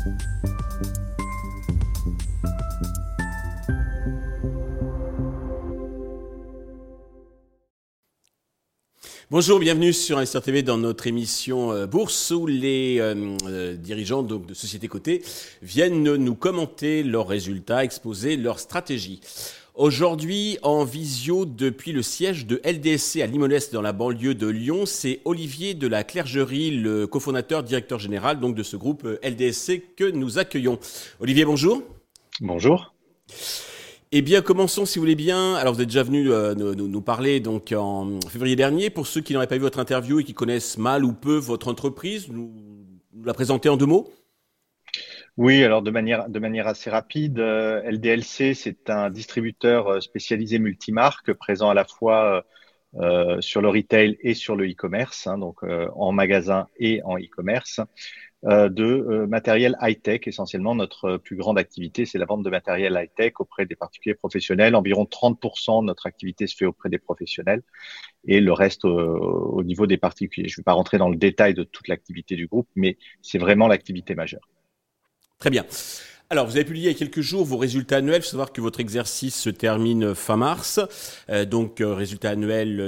Bonjour, bienvenue sur Investir TV dans notre émission Bourse où les dirigeants donc, de sociétés cotées viennent nous commenter leurs résultats, exposer leurs stratégies. Aujourd'hui, en visio depuis le siège de LDSC à Limonest dans la banlieue de Lyon, c'est Olivier de la Clergerie, le cofondateur, directeur général donc, de ce groupe LDSC que nous accueillons. Olivier, bonjour. Bonjour. Eh bien, commençons si vous voulez bien. Alors, vous êtes déjà venu nous parler donc en février dernier. Pour ceux qui n'auraient pas vu votre interview et qui connaissent mal ou peu votre entreprise, nous la présenter en deux mots. Oui, alors de manière assez rapide, LDLC, c'est un distributeur spécialisé multimarque présent à la fois sur le retail et sur le e-commerce, donc en magasin et en e-commerce. De matériel high-tech. Essentiellement, notre plus grande activité, c'est la vente de matériel high-tech auprès des particuliers professionnels. Environ 30% de notre activité se fait auprès des professionnels et le reste au niveau des particuliers. Je ne vais pas rentrer dans le détail de toute l'activité du groupe, mais c'est vraiment l'activité majeure. Très bien. Alors, vous avez publié il y a quelques jours vos résultats annuels. Il faut savoir que votre exercice se termine fin mars. Donc, résultats annuels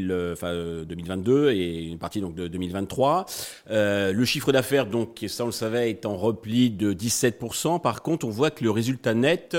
2022 et une partie donc de 2023. Le chiffre d'affaires, donc, ça on le savait, est en repli de 17%. Par contre, on voit que le résultat net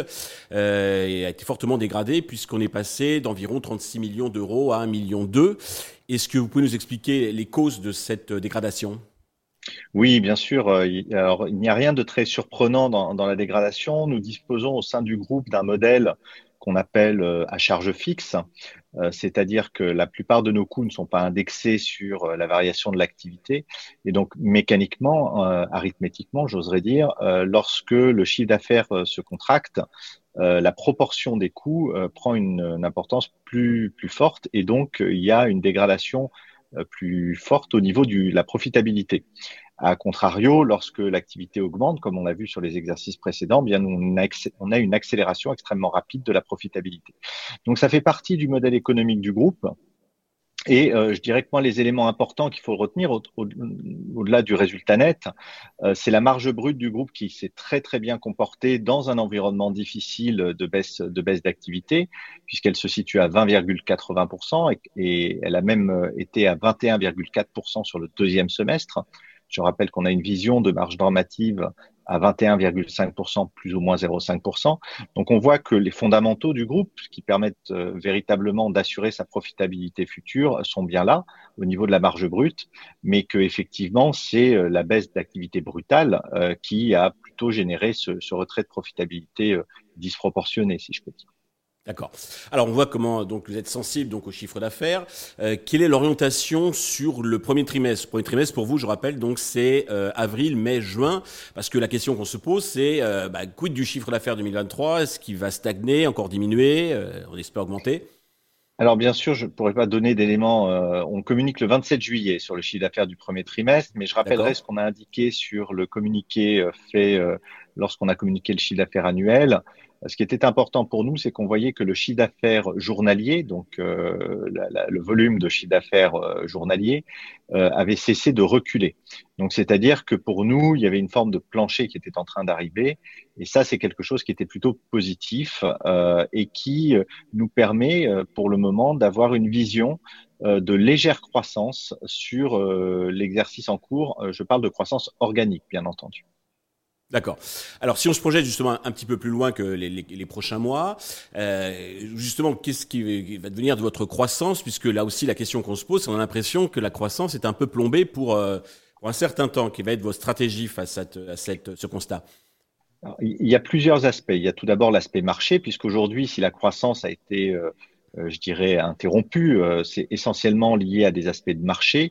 a été fortement dégradé puisqu'on est passé d'environ 36 millions d'euros à 1,2 million. Est-ce que vous pouvez nous expliquer les causes de cette dégradation ? Oui, bien sûr. Alors, il n'y a rien de très surprenant dans la dégradation. Nous disposons au sein du groupe d'un modèle qu'on appelle à charge fixe, c'est-à-dire que la plupart de nos coûts ne sont pas indexés sur la variation de l'activité. Et donc, mécaniquement, arithmétiquement, j'oserais dire, lorsque le chiffre d'affaires se contracte, la proportion des coûts prend une importance plus forte et donc il y a une dégradation plus forte au niveau de la profitabilité. A contrario, lorsque l'activité augmente, comme on l'a vu sur les exercices précédents, bien on a une accélération extrêmement rapide de la profitabilité. Donc ça fait partie du modèle économique du groupe. Et je dirais que moi, les éléments importants qu'il faut retenir au-delà du résultat net, c'est la marge brute du groupe qui s'est très très bien comportée dans un environnement difficile de baisse d'activité, puisqu'elle se situe à 20,80% et elle a même été à 21,4% sur le deuxième semestre. Je rappelle qu'on a une vision de marge normative à 21,5%, plus ou moins 0,5%. Donc, on voit que les fondamentaux du groupe qui permettent véritablement d'assurer sa profitabilité future sont bien là au niveau de la marge brute, mais que effectivement, c'est la baisse d'activité brutale qui a plutôt généré ce retrait de profitabilité disproportionné, si je peux dire. D'accord. Alors, on voit comment donc vous êtes sensible donc au chiffre d'affaires. Quelle est l'orientation sur le premier trimestre ? Le premier trimestre, pour vous, je rappelle, donc c'est avril, mai, juin, parce que la question qu'on se pose, c'est quid du chiffre d'affaires 2023 ? Est-ce qu'il va stagner, encore diminuer ? On espère augmenter. Alors bien sûr, je ne pourrais pas donner d'éléments. On communique le 27 juillet sur le chiffre d'affaires du premier trimestre, mais je rappellerai ce qu'on a indiqué sur le communiqué fait lorsqu'on a communiqué le chiffre d'affaires annuel. Ce qui était important pour nous, c'est qu'on voyait que le chiffre d'affaires journalier, donc le volume de chiffre d'affaires journalier, avait cessé de reculer. Donc, c'est-à-dire que pour nous, il y avait une forme de plancher qui était en train d'arriver. Et ça, c'est quelque chose qui était plutôt positif et qui nous permet, pour le moment, d'avoir une vision de légère croissance sur l'exercice en cours. Je parle de croissance organique, bien entendu. D'accord. Alors, si on se projette justement un petit peu plus loin que les prochains mois, justement, qu'est-ce qui va devenir de votre croissance ? Puisque là aussi, la question qu'on se pose, c'est on a l'impression que la croissance est un peu plombée pour un certain temps. Quelle va être votre stratégie face à ce constat ? Alors, il y a plusieurs aspects. Il y a tout d'abord l'aspect marché, puisqu'aujourd'hui, si la croissance a été, je dirais, interrompue, c'est essentiellement lié à des aspects de marché.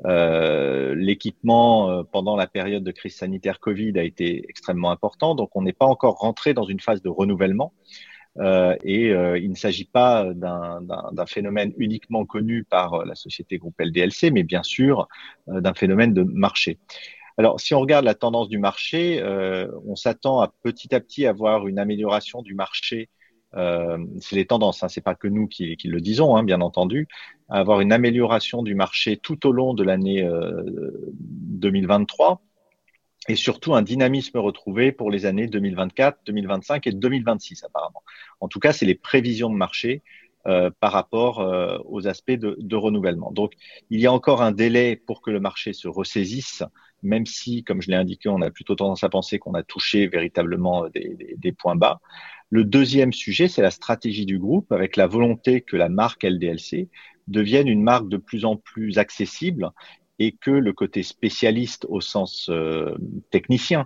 L'équipement pendant la période de crise sanitaire Covid a été extrêmement important, donc on n'est pas encore rentré dans une phase de renouvellement il ne s'agit pas d'un phénomène uniquement connu par la société groupe LDLC, mais bien sûr d'un phénomène de marché. Alors, si on regarde la tendance du marché, on s'attend à petit avoir une amélioration du marché. C'est les tendances, c'est pas que nous qui le disons, bien entendu, à avoir une amélioration du marché tout au long de l'année 2023, et surtout un dynamisme retrouvé pour les années 2024, 2025 et 2026 apparemment. En tout cas, c'est les prévisions de marché par rapport aux aspects de renouvellement. Donc, il y a encore un délai pour que le marché se ressaisisse, même si, comme je l'ai indiqué, on a plutôt tendance à penser qu'on a touché véritablement des points bas. Le deuxième sujet, c'est la stratégie du groupe avec la volonté que la marque LDLC devienne une marque de plus en plus accessible et que le côté spécialiste au sens technicien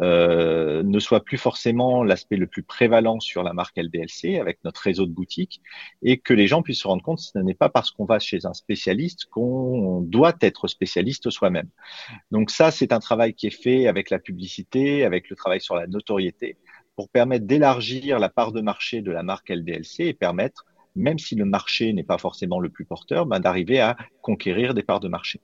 ne soit plus forcément l'aspect le plus prévalent sur la marque LDLC avec notre réseau de boutiques et que les gens puissent se rendre compte que ce n'est pas parce qu'on va chez un spécialiste qu'on doit être spécialiste soi-même. Donc ça, c'est un travail qui est fait avec la publicité, avec le travail sur la notoriété pour permettre d'élargir la part de marché de la marque LDLC et permettre, même si le marché n'est pas forcément le plus porteur, ben, d'arriver à conquérir des parts de marché.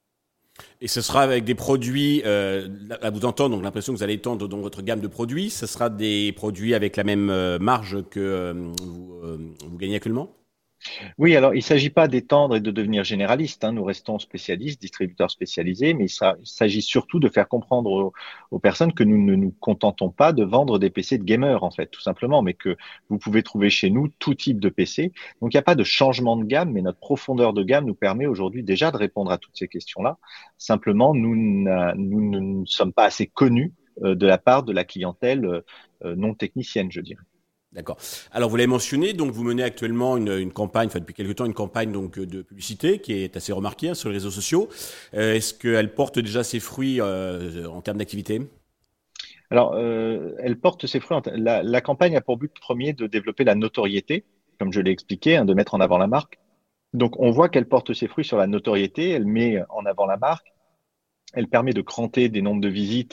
Et ce sera avec des produits, à vous entendre, donc l'impression que vous allez étendre dans votre gamme de produits, ce sera des produits avec la même marge que vous gagnez actuellement? Oui, alors il ne s'agit pas d'étendre et de devenir généraliste, hein. Nous restons spécialistes, distributeurs spécialisés, mais il s'agit surtout de faire comprendre aux personnes que nous ne nous contentons pas de vendre des PC de gamers, en fait, tout simplement, mais que vous pouvez trouver chez nous tout type de PC. Donc il n'y a pas de changement de gamme, mais notre profondeur de gamme nous permet aujourd'hui déjà de répondre à toutes ces questions-là. Simplement, nous ne sommes pas assez connus de la part de la clientèle non technicienne, je dirais. D'accord. Alors vous l'avez mentionné, donc vous menez actuellement une campagne, enfin depuis quelque temps une campagne donc de publicité qui est assez remarquée sur les réseaux sociaux. Est-ce qu'elle porte déjà ses fruits en termes d'activité? Alors, elle porte ses fruits. La campagne a pour but premier de développer la notoriété, comme je l'ai expliqué, hein, de mettre en avant la marque. Donc, on voit qu'elle porte ses fruits sur la notoriété, elle met en avant la marque, elle permet de cranter des nombres de visites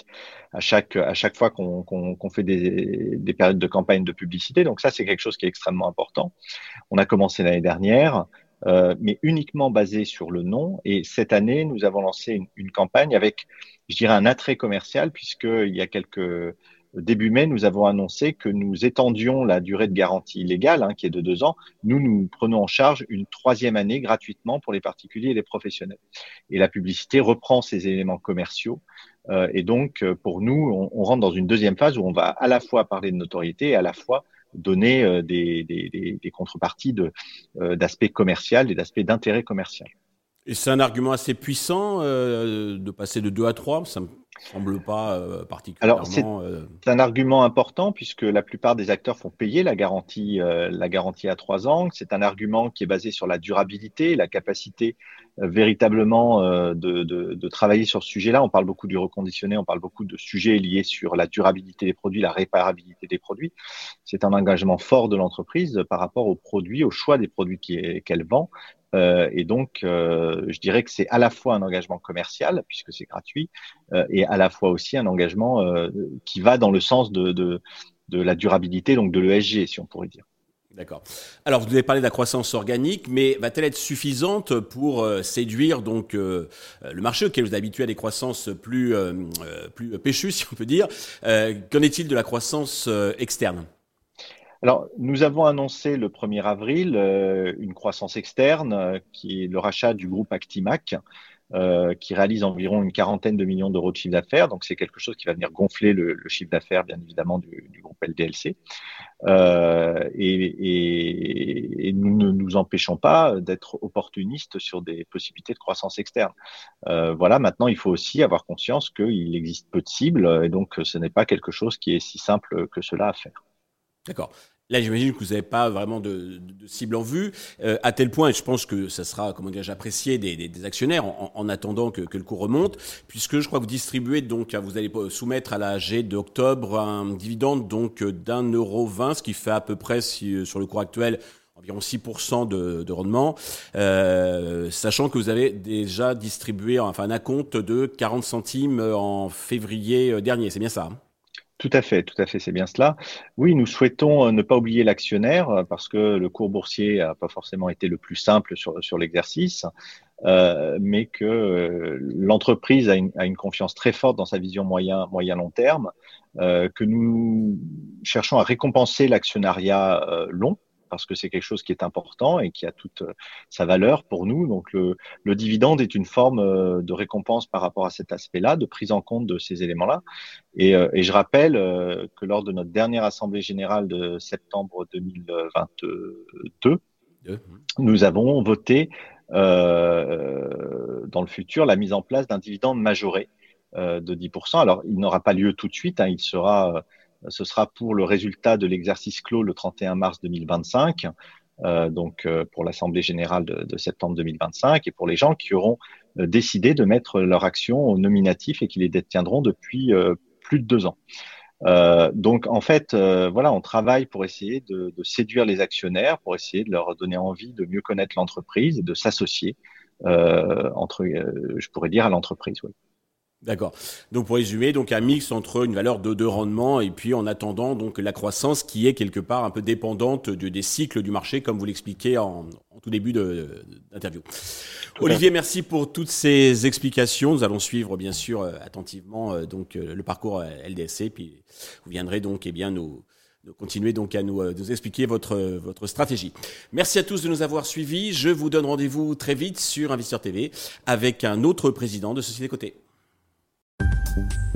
à chaque fois qu'on fait des périodes de campagne de publicité. Donc, ça, c'est quelque chose qui est extrêmement important. On a commencé l'année dernière, mais uniquement basé sur le nom. Et cette année, nous avons lancé une campagne avec, je dirais, un attrait commercial, puisqu'il y a quelques début mai, nous avons annoncé que nous étendions la durée de garantie légale, hein, qui est de 2 ans. Nous prenons en charge une troisième année gratuitement pour les particuliers et les professionnels. Et la publicité reprend ces éléments commerciaux. Et donc, pour nous, on rentre dans une deuxième phase où on va à la fois parler de notoriété et à la fois donner des contreparties d'aspect commercial et d'aspect d'intérêt commercial. Et c'est un argument assez puissant de passer de 2 à 3. Ça me semble pas Alors, c'est particulièrement. un argument important puisque la plupart des acteurs font payer la garantie à 3 ans. C'est un argument qui est basé sur la durabilité, la capacité véritablement de travailler sur ce sujet-là. On parle beaucoup du reconditionné, on parle beaucoup de sujets liés sur la durabilité des produits, la réparabilité des produits. C'est un engagement fort de l'entreprise par rapport aux produits, au choix des produits qu'elle vend. Et donc, je dirais que c'est à la fois un engagement commercial, puisque c'est gratuit, et à la fois aussi un engagement qui va dans le sens de la durabilité, donc de l'ESG, si on pourrait dire. D'accord. Alors, vous avez parlé de la croissance organique, mais va-t-elle être suffisante pour séduire donc le marché auquel vous êtes habitué à des croissances plus péchues, si on peut dire. Qu'en est-il de la croissance externe? Alors, nous avons annoncé le 1er avril une croissance externe qui est le rachat du groupe Actimac, qui réalise environ une quarantaine de millions d'euros de chiffre d'affaires. Donc, c'est quelque chose qui va venir gonfler le chiffre d'affaires, bien évidemment, du groupe LDLC. Et nous ne nous empêchons pas d'être opportunistes sur des possibilités de croissance externe. Voilà, maintenant, il faut aussi avoir conscience qu'il existe peu de cibles, et donc ce n'est pas quelque chose qui est si simple que cela à faire. D'accord. Là, j'imagine que vous n'avez pas vraiment de cible en vue, à tel point, et je pense que ça sera, comment dirais-je, apprécié des actionnaires en attendant que le cours remonte, puisque je crois que vous distribuez, donc, vous allez soumettre à la G d'octobre un dividende donc d'1,20 €, ce qui fait à peu près, sur le cours actuel, environ 6% de rendement, sachant que vous avez déjà distribué, enfin, un acompte de 40 centimes en février dernier. C'est bien ça, hein? Tout à fait, c'est bien cela. Oui, nous souhaitons ne pas oublier l'actionnaire parce que le cours boursier n'a pas forcément été le plus simple sur l'exercice, mais que l'entreprise a une confiance très forte dans sa vision moyen long terme, que nous cherchons à récompenser l'actionnariat long. parce que c'est quelque chose qui est important et qui a toute sa valeur pour nous. Donc le dividende est une forme de récompense par rapport à cet aspect-là, de prise en compte de ces éléments-là. Et je rappelle que lors de notre dernière assemblée générale de septembre 2022, nous avons voté dans le futur la mise en place d'un dividende majoré de 10%. Alors, il n'aura pas lieu tout de suite, hein, ce sera pour le résultat de l'exercice clos le 31 mars 2025, pour l'Assemblée générale de septembre 2025, et pour les gens qui auront décidé de mettre leur action au nominatif et qui les détiendront depuis plus de 2 ans. Donc en fait, voilà, on travaille pour essayer de séduire les actionnaires, pour essayer de leur donner envie de mieux connaître l'entreprise et de s'associer je pourrais dire, à l'entreprise. Oui. D'accord. Donc pour résumer, donc un mix entre une valeur de rendement et puis en attendant donc la croissance qui est quelque part un peu dépendante des cycles du marché, comme vous l'expliquez en tout début d'interview. Olivier, merci pour toutes ces explications. Nous allons suivre bien sûr attentivement le parcours LDSC, puis vous viendrez donc nous continuer donc à nous expliquer votre stratégie. Merci à tous de nous avoir suivis. Je vous donne rendez-vous très vite sur Investisseur TV avec un autre président de Société Cotée.